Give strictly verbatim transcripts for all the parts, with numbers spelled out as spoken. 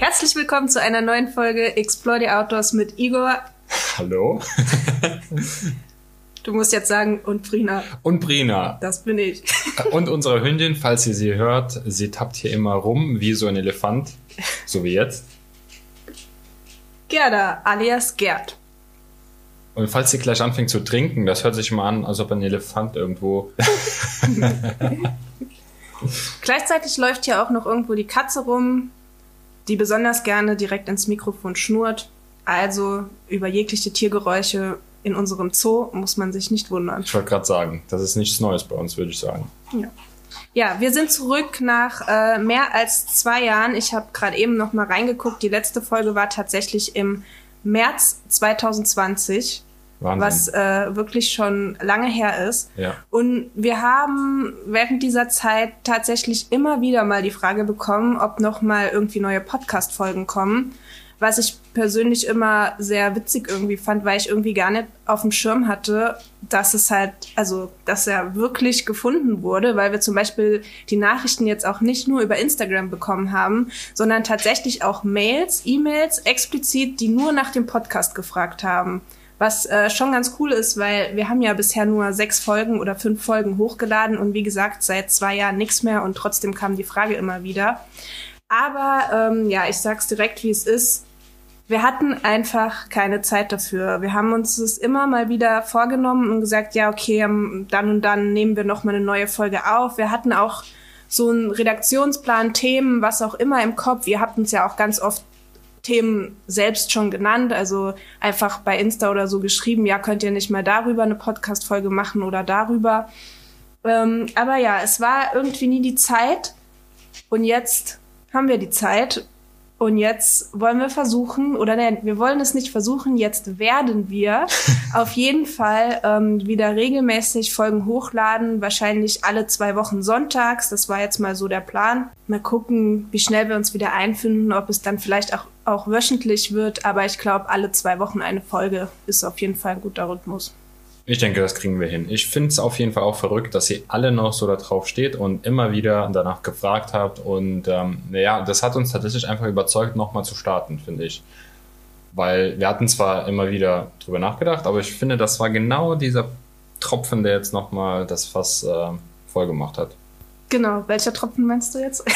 Herzlich willkommen zu einer neuen Folge Explore the Outdoors mit Igor. Hallo. Du musst jetzt sagen, und Brina. Und Brina. Das bin ich. Und unsere Hündin, falls ihr sie hört, sie tappt hier immer rum wie so ein Elefant. So wie jetzt. Gerda, alias Gerd. Und falls sie gleich anfängt zu trinken, das hört sich mal an, als ob ein Elefant irgendwo... Gleichzeitig läuft hier auch noch irgendwo die Katze rum, die besonders gerne direkt ins Mikrofon schnurrt. Also über jegliche Tiergeräusche in unserem Zoo muss man sich nicht wundern. Ich wollte gerade sagen, das ist nichts Neues bei uns, würde ich sagen. Ja, ja, wir sind zurück nach äh, mehr als zwei Jahren. Ich habe gerade eben noch mal reingeguckt. Die letzte Folge war tatsächlich im März zwanzig zwanzig. Wahnsinn. Was äh, wirklich schon lange her ist. Ja. Und wir haben während dieser Zeit tatsächlich immer wieder mal die Frage bekommen, ob noch mal irgendwie neue Podcast-Folgen kommen. Was ich persönlich immer sehr witzig irgendwie fand, weil ich irgendwie gar nicht auf dem Schirm hatte, dass es halt, also, dass er wirklich gefunden wurde, weil wir zum Beispiel die Nachrichten jetzt auch nicht nur über Instagram bekommen haben, sondern tatsächlich auch Mails, E-Mails explizit, die nur nach dem Podcast gefragt haben. Was äh, schon ganz cool ist, weil wir haben ja bisher nur sechs Folgen oder fünf Folgen hochgeladen und wie gesagt, seit zwei Jahren nichts mehr und trotzdem kam die Frage immer wieder. Aber ähm, ja, ich sag's direkt, wie es ist. Wir hatten einfach keine Zeit dafür. Wir haben uns das immer mal wieder vorgenommen und gesagt, ja, okay, dann und dann nehmen wir noch mal eine neue Folge auf. Wir hatten auch so einen Redaktionsplan, Themen, was auch immer im Kopf. Ihr habt uns ja auch ganz oft Themen selbst schon genannt, also einfach bei Insta oder so geschrieben, ja, könnt ihr nicht mal darüber eine Podcast-Folge machen oder darüber. Ähm, aber ja, es war irgendwie nie die Zeit und jetzt haben wir die Zeit und jetzt wollen wir versuchen, oder nein, wir wollen es nicht versuchen, jetzt werden wir auf jeden Fall ähm, wieder regelmäßig Folgen hochladen, wahrscheinlich alle zwei Wochen sonntags, das war jetzt mal so der Plan. Mal gucken, wie schnell wir uns wieder einfinden, ob es dann vielleicht auch, auch wöchentlich wird, aber ich glaube, alle zwei Wochen eine Folge ist auf jeden Fall ein guter Rhythmus. Ich denke, das kriegen wir hin. Ich finde es auf jeden Fall auch verrückt, dass ihr alle noch so da drauf steht und immer wieder danach gefragt habt. Und ähm, ja, das hat uns tatsächlich einfach überzeugt, nochmal zu starten, finde ich. Weil wir hatten zwar immer wieder drüber nachgedacht, aber ich finde, das war genau dieser Tropfen, der jetzt nochmal das Fass äh, voll gemacht hat. Genau, welcher Tropfen meinst du jetzt?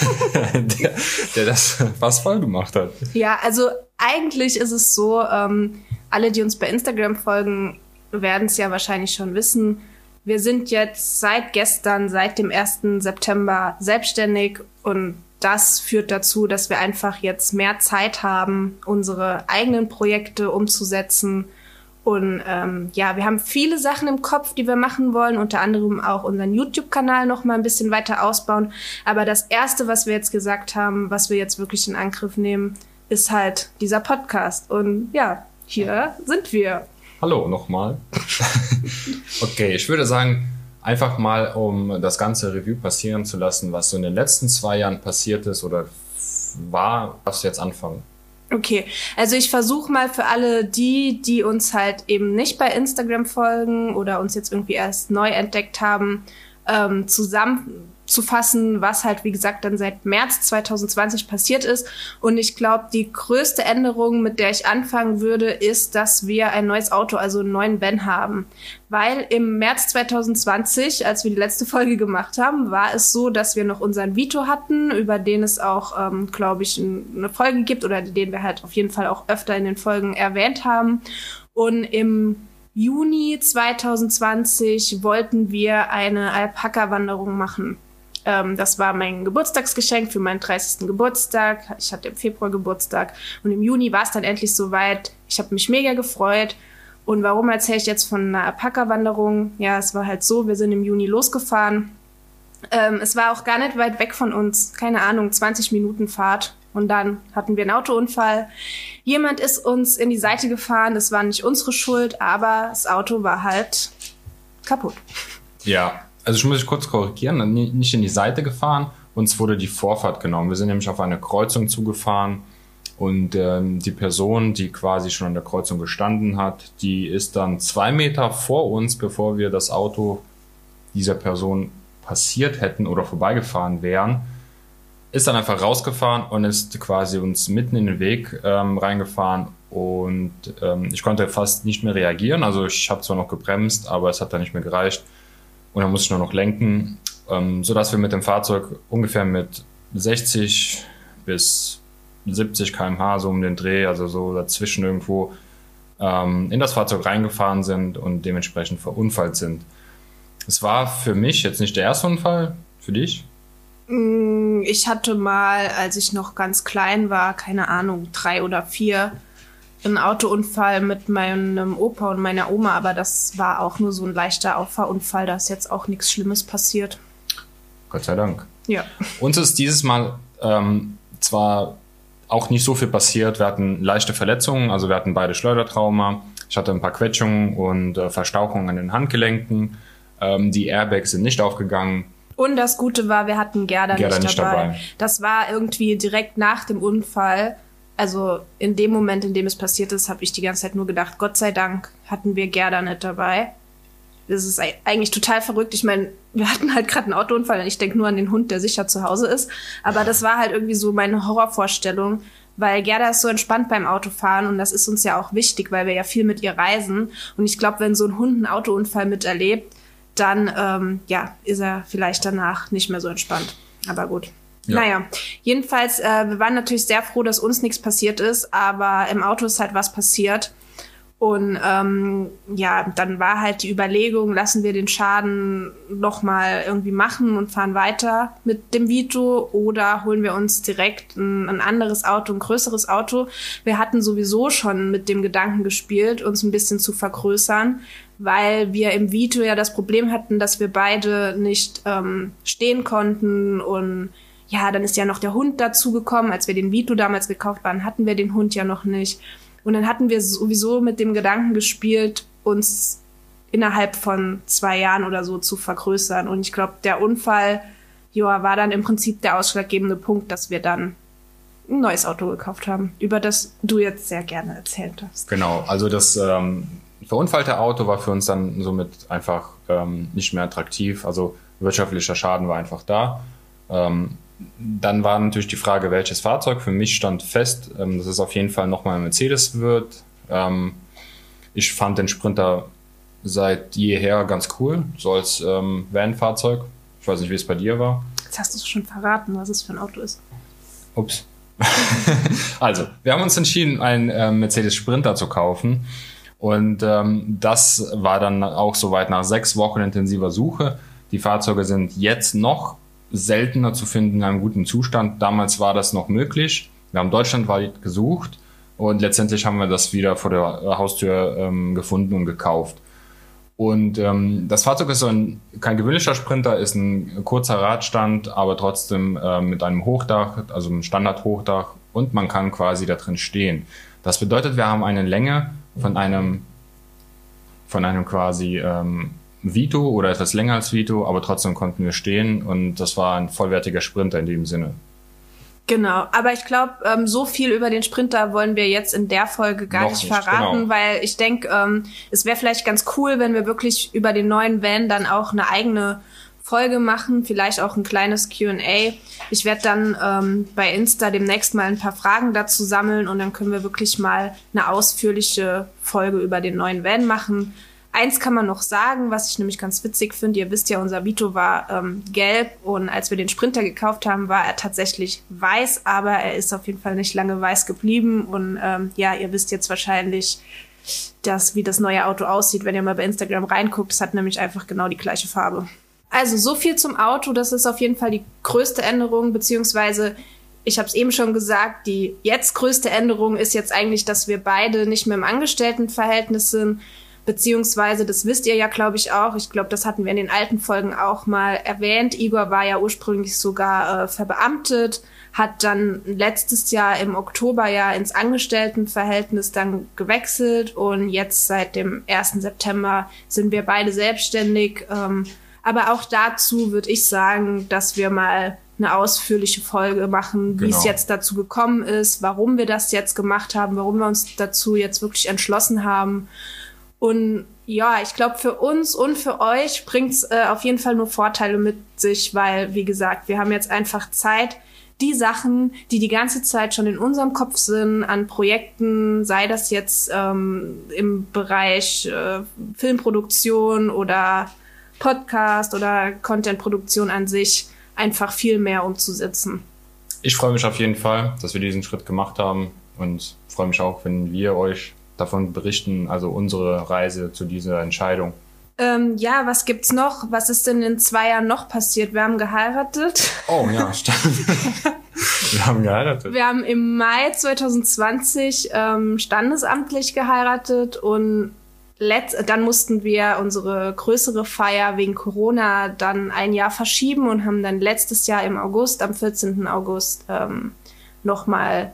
der, der das Fass voll gemacht hat. Ja, also eigentlich ist es so, ähm, alle, die uns bei Instagram folgen, werden es ja wahrscheinlich schon wissen. Wir sind jetzt seit gestern, seit dem ersten September selbstständig und das führt dazu, dass wir einfach jetzt mehr Zeit haben, unsere eigenen Projekte umzusetzen. Und ähm, ja, wir haben viele Sachen im Kopf, die wir machen wollen, unter anderem auch unseren YouTube-Kanal noch mal ein bisschen weiter ausbauen. Aber das Erste, was wir jetzt gesagt haben, was wir jetzt wirklich in Angriff nehmen, ist halt dieser Podcast. Und ja, hier sind wir. Hallo nochmal. Okay, ich würde sagen, einfach mal, um das ganze Revue passieren zu lassen, was so in den letzten zwei Jahren passiert ist oder war, darfst du jetzt anfangen. Okay, also ich versuche mal für alle die, die uns halt eben nicht bei Instagram folgen oder uns jetzt irgendwie erst neu entdeckt haben, ähm, zusammenzufassen, was halt, wie gesagt, dann seit März zwanzig zwanzig passiert ist. Und ich glaube, die größte Änderung, mit der ich anfangen würde, ist, dass wir ein neues Auto, also einen neuen Van haben. Weil im März zwanzig zwanzig, als wir die letzte Folge gemacht haben, war es so, dass wir noch unseren Vito hatten, über den es auch, ähm, glaube ich, eine Folge gibt oder den wir halt auf jeden Fall auch öfter in den Folgen erwähnt haben. Und im Juni zwanzig zwanzig wollten wir eine Alpaka-Wanderung machen. Ähm, das war mein Geburtstagsgeschenk für meinen dreißigsten Geburtstag. Ich hatte im Februar Geburtstag und im Juni war es dann endlich soweit. Ich habe mich mega gefreut. Und warum erzähle ich jetzt von einer Alpaka-Wanderung? Ja, es war halt so, wir sind im Juni losgefahren. Ähm, es war auch gar nicht weit weg von uns. Keine Ahnung, zwanzig Minuten Fahrt. Und dann hatten wir einen Autounfall. Jemand ist uns in die Seite gefahren. Das war nicht unsere Schuld, aber das Auto war halt kaputt. Ja, also ich muss mich kurz korrigieren. Nicht in die Seite gefahren, uns wurde die Vorfahrt genommen. Wir sind nämlich auf eine Kreuzung zugefahren und ähm, die Person, die quasi schon an der Kreuzung gestanden hat, die ist dann zwei Meter vor uns, bevor wir das Auto dieser Person passiert hätten oder vorbeigefahren wären, ist dann einfach rausgefahren und ist quasi uns mitten in den Weg ähm, reingefahren und ähm, ich konnte fast nicht mehr reagieren. Also ich habe zwar noch gebremst, aber es hat dann nicht mehr gereicht und dann musste ich nur noch lenken, ähm, sodass wir mit dem Fahrzeug ungefähr mit sechzig bis siebzig Kilometer pro Stunde so um den Dreh, also so dazwischen irgendwo, ähm, in das Fahrzeug reingefahren sind und dementsprechend verunfallt sind. Es war für mich jetzt nicht der erste Unfall, für dich? Ich hatte mal, als ich noch ganz klein war, keine Ahnung, drei oder vier, einen Autounfall mit meinem Opa und meiner Oma, aber das war auch nur so ein leichter Auffahrunfall, da ist jetzt auch nichts Schlimmes passiert. Gott sei Dank. Ja. Uns ist dieses Mal ähm, zwar auch nicht so viel passiert, wir hatten leichte Verletzungen, also wir hatten beide Schleudertrauma, ich hatte ein paar Quetschungen und äh, Verstauchungen an den Handgelenken, ähm, die Airbags sind nicht aufgegangen. Und das Gute war, wir hatten Gerda, Gerda nicht, nicht dabei. dabei. Das war irgendwie direkt nach dem Unfall. Also in dem Moment, in dem es passiert ist, habe ich die ganze Zeit nur gedacht, Gott sei Dank hatten wir Gerda nicht dabei. Das ist eigentlich total verrückt. Ich meine, wir hatten halt gerade einen Autounfall und ich denke nur an den Hund, der sicher zu Hause ist. Aber das war halt irgendwie so meine Horrorvorstellung, weil Gerda ist so entspannt beim Autofahren und das ist uns ja auch wichtig, weil wir ja viel mit ihr reisen. Und ich glaube, wenn so ein Hund einen Autounfall miterlebt, dann ähm, ja, ist er vielleicht danach nicht mehr so entspannt. Aber gut. Ja. Naja, jedenfalls, äh, wir waren natürlich sehr froh, dass uns nichts passiert ist, aber im Auto ist halt was passiert. Und ähm, ja, dann war halt die Überlegung, lassen wir den Schaden nochmal irgendwie machen und fahren weiter mit dem Vito oder holen wir uns direkt ein, ein anderes Auto, ein größeres Auto. Wir hatten sowieso schon mit dem Gedanken gespielt, uns ein bisschen zu vergrößern, weil wir im Vito ja das Problem hatten, dass wir beide nicht ähm, stehen konnten und ja, dann ist ja noch der Hund dazugekommen. Als wir den Vito damals gekauft waren, hatten wir den Hund ja noch nicht. Und dann hatten wir sowieso mit dem Gedanken gespielt, uns innerhalb von zwei Jahren oder so zu vergrößern. Und ich glaube, der Unfall, ja, war dann im Prinzip der ausschlaggebende Punkt, dass wir dann ein neues Auto gekauft haben, über das du jetzt sehr gerne erzählt hast. Genau, also das ähm, verunfallte Auto war für uns dann somit einfach ähm, nicht mehr attraktiv. Also wirtschaftlicher Schaden war einfach da. Ähm, Dann war natürlich die Frage, welches Fahrzeug. Für mich stand fest, ähm, dass es auf jeden Fall nochmal ein Mercedes wird. Ähm, ich fand den Sprinter seit jeher ganz cool, so als ähm, Van-Fahrzeug. Ich weiß nicht, wie es bei dir war. Jetzt hast du es schon verraten, was es für ein Auto ist. Ups. Also, wir haben uns entschieden, einen äh, Mercedes Sprinter zu kaufen. Und ähm, das war dann auch soweit nach sechs Wochen intensiver Suche. Die Fahrzeuge sind jetzt noch seltener zu finden in einem guten Zustand. Damals war das noch möglich. Wir haben deutschlandweit gesucht und letztendlich haben wir das wieder vor der Haustür ähm, gefunden und gekauft. Und ähm, das Fahrzeug ist so ein, kein gewöhnlicher Sprinter, ist ein kurzer Radstand, aber trotzdem äh, mit einem Hochdach, also einem Standard-Hochdach und man kann quasi da drin stehen. Das bedeutet, wir haben eine Länge von einem, von einem quasi ähm, Vito oder etwas länger als Vito, aber trotzdem konnten wir stehen und das war ein vollwertiger Sprinter in dem Sinne. Genau, aber ich glaube, ähm, so viel über den Sprinter wollen wir jetzt in der Folge gar Noch nicht, nicht verraten, genau. Weil ich denke, ähm, es wäre vielleicht ganz cool, wenn wir wirklich über den neuen Van dann auch eine eigene Folge machen, vielleicht auch ein kleines Q and A. Ich werde dann ähm, bei Insta demnächst mal ein paar Fragen dazu sammeln und dann können wir wirklich mal eine ausführliche Folge über den neuen Van machen. Eins kann man noch sagen, was ich nämlich ganz witzig finde. Ihr wisst ja, unser Vito war ähm, gelb und als wir den Sprinter gekauft haben, war er tatsächlich weiß, aber er ist auf jeden Fall nicht lange weiß geblieben. Und ähm, ja, ihr wisst jetzt wahrscheinlich, dass, wie das neue Auto aussieht, wenn ihr mal bei Instagram reinguckt. Es hat nämlich einfach genau die gleiche Farbe. Also so viel zum Auto. Das ist auf jeden Fall die größte Änderung, beziehungsweise ich habe es eben schon gesagt, die jetzt größte Änderung ist jetzt eigentlich, dass wir beide nicht mehr im Angestelltenverhältnis sind. Beziehungsweise, das wisst ihr ja, glaube ich, auch. Ich glaube, das hatten wir in den alten Folgen auch mal erwähnt. Igor war ja ursprünglich sogar äh, verbeamtet, hat dann letztes Jahr im Oktober ja ins Angestelltenverhältnis dann gewechselt und jetzt seit dem ersten September sind wir beide selbstständig. Ähm, aber auch dazu würde ich sagen, dass wir mal eine ausführliche Folge machen, wie Genau. es jetzt dazu gekommen ist, warum wir das jetzt gemacht haben, warum wir uns dazu jetzt wirklich entschlossen haben. Und ja, ich glaube, für uns und für euch bringt's äh, auf jeden Fall nur Vorteile mit sich, weil, wie gesagt, wir haben jetzt einfach Zeit, die Sachen, die die ganze Zeit schon in unserem Kopf sind, an Projekten, sei das jetzt ähm, im Bereich äh, Filmproduktion oder Podcast oder Contentproduktion an sich, einfach viel mehr umzusetzen. Ich freue mich auf jeden Fall, dass wir diesen Schritt gemacht haben und freue mich auch, wenn wir euch davon berichten, also unsere Reise zu dieser Entscheidung. Ähm, ja, was gibt's noch? Was ist denn in zwei Jahren noch passiert? Wir haben geheiratet. Oh ja, stimmt. Wir haben geheiratet. Wir haben im Mai zwanzig zwanzig ähm, standesamtlich geheiratet und letzt, dann mussten wir unsere größere Feier wegen Corona dann ein Jahr verschieben und haben dann letztes Jahr im August, am vierzehnten August, ähm, nochmal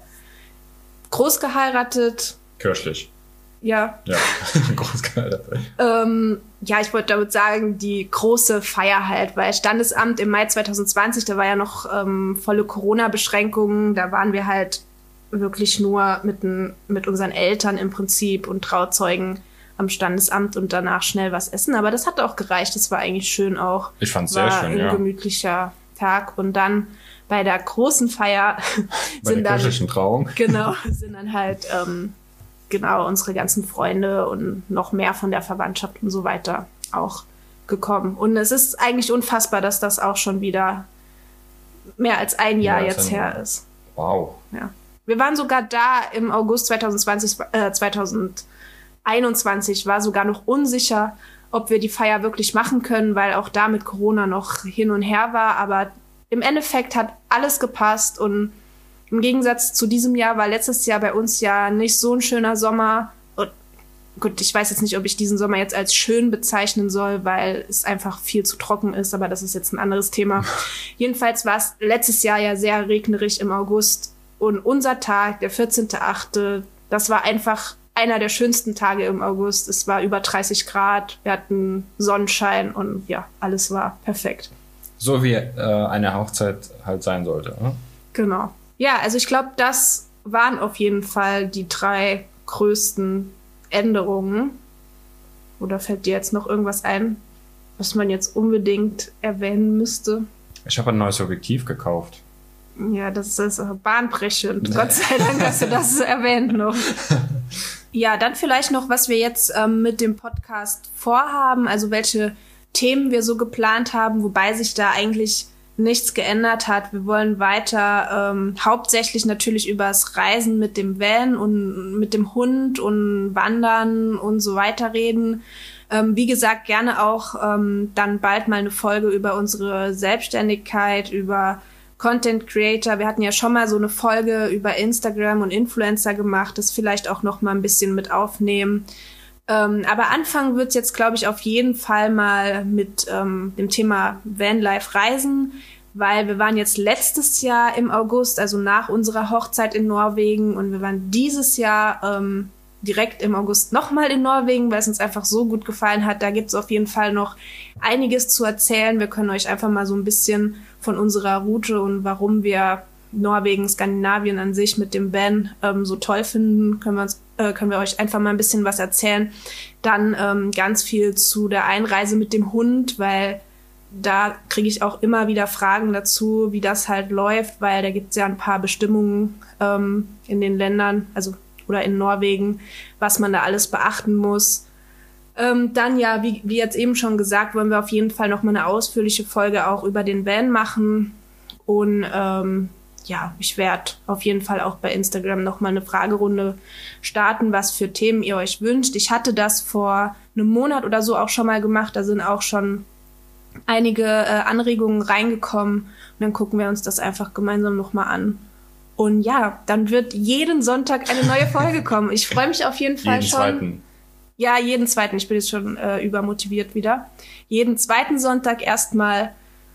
groß geheiratet. Kirchlich. Ja. Ja, groß geheiratet. Ähm, ja, ich wollte damit sagen, die große Feier halt, weil Standesamt im Mai zwanzig zwanzig, da war ja noch ähm, volle Corona-Beschränkungen, da waren wir halt wirklich nur mit, n, mit unseren Eltern im Prinzip und Trauzeugen am Standesamt und danach schnell was essen, aber das hat auch gereicht, das war eigentlich schön auch. Ich fand's sehr schön, ein ja. Ein gemütlicher Tag und dann bei der großen Feier bei sind der dann... kirchlichen Trauung. Genau, sind dann halt... Ähm, genau, unsere ganzen Freunde und noch mehr von der Verwandtschaft und so weiter auch gekommen. Und es ist eigentlich unfassbar, dass das auch schon wieder mehr als ein Jahr ja, jetzt her ist. Wow. Ja. Wir waren sogar da im August zwanzig zwanzig, äh, zwanzig einundzwanzig, war sogar noch unsicher, ob wir die Feier wirklich machen können, weil auch da mit Corona noch hin und her war. Aber im Endeffekt hat alles gepasst und im Gegensatz zu diesem Jahr war letztes Jahr bei uns ja nicht so ein schöner Sommer. Und gut, ich weiß jetzt nicht, ob ich diesen Sommer jetzt als schön bezeichnen soll, weil es einfach viel zu trocken ist, aber das ist jetzt ein anderes Thema. Jedenfalls war es letztes Jahr ja sehr regnerig im August und unser Tag, der vierzehnten achten, das war einfach einer der schönsten Tage im August. Es war über dreißig Grad, wir hatten Sonnenschein und ja, alles war perfekt. So wie äh, eine Hochzeit halt sein sollte, ne? Genau. Ja, also ich glaube, das waren auf jeden Fall die drei größten Änderungen. Oder fällt dir jetzt noch irgendwas ein, was man jetzt unbedingt erwähnen müsste? Ich habe ein neues Objektiv gekauft. Ja, das ist bahnbrechend. Gott sei Dank hast du das erwähnt noch. Ja, dann vielleicht noch, was wir jetzt ähm, mit dem Podcast vorhaben, also welche Themen wir so geplant haben, wobei sich da eigentlich nichts geändert hat. Wir wollen weiter ähm, hauptsächlich natürlich über das Reisen mit dem Van und mit dem Hund und Wandern und so weiter reden. Ähm, wie gesagt, gerne auch ähm, dann bald mal eine Folge über unsere Selbstständigkeit, über Content Creator. Wir hatten ja schon mal so eine Folge über Instagram und Influencer gemacht, das vielleicht auch noch mal ein bisschen mit aufnehmen. Ähm, aber anfangen wird's jetzt, glaube ich, auf jeden Fall mal mit ähm, dem Thema Vanlife Reisen, weil wir waren jetzt letztes Jahr im August, also nach unserer Hochzeit in Norwegen, und wir waren dieses Jahr ähm, direkt im August nochmal in Norwegen, weil es uns einfach so gut gefallen hat. Da gibt's auf jeden Fall noch einiges zu erzählen. Wir können euch einfach mal so ein bisschen von unserer Route und warum wir Norwegen, Skandinavien an sich mit dem Van ähm, so toll finden, können wir uns äh, können wir euch einfach mal ein bisschen was erzählen. Dann ähm, ganz viel zu der Einreise mit dem Hund, weil da kriege ich auch immer wieder Fragen dazu, wie das halt läuft, weil da gibt es ja ein paar Bestimmungen ähm, in den Ländern, also oder in Norwegen, was man da alles beachten muss. Ähm, dann ja, wie, wie jetzt eben schon gesagt, wollen wir auf jeden Fall noch mal eine ausführliche Folge auch über den Van machen. Und ähm, ja, ich werde auf jeden Fall auch bei Instagram noch mal eine Fragerunde starten, was für Themen ihr euch wünscht. Ich hatte das vor einem Monat oder so auch schon mal gemacht. Da sind auch schon einige äh, Anregungen reingekommen. Und dann gucken wir uns das einfach gemeinsam noch mal an. Und ja, dann wird jeden Sonntag eine neue Folge kommen. Ich freue mich auf jeden Fall jeden schon. Zweiten. Ja, jeden zweiten. Ich bin jetzt schon äh, übermotiviert wieder. Jeden zweiten Sonntag erstmal.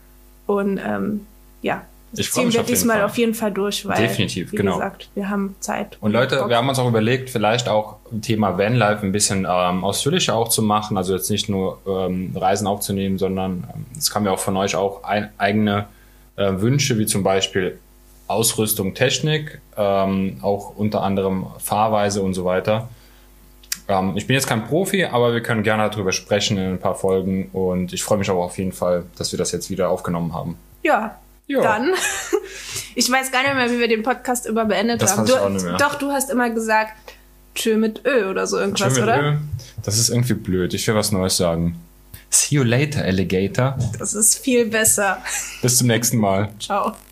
Und ähm, ja, das Ich freu ziehen mich wir auf jeden diesmal Fall. auf jeden Fall durch, weil, Definitiv, wie genau. gesagt, wir haben Zeit. Und Leute, Bock. wir haben uns auch überlegt, vielleicht auch Thema Vanlife ein bisschen ähm, ausführlicher auch zu machen. Also jetzt nicht nur ähm, Reisen aufzunehmen, sondern ähm, es kam ja auch von euch auch ein, eigene äh, Wünsche, wie zum Beispiel Ausrüstung, Technik, ähm, auch unter anderem Fahrweise und so weiter. Ähm, ich bin jetzt kein Profi, aber wir können gerne darüber sprechen in ein paar Folgen und ich freue mich aber auf jeden Fall, dass wir das jetzt wieder aufgenommen haben. Ja, Jo. dann Ich weiß gar nicht mehr, wie wir den Podcast über beendet das haben. Weiß ich Du, auch nicht mehr. Doch, du hast immer gesagt, tschö mit Ö oder so irgendwas, Tschö mit oder? Ö. Das ist irgendwie blöd. Ich will was Neues sagen. See you later, Alligator. Das ist viel besser. Bis zum nächsten Mal. Ciao.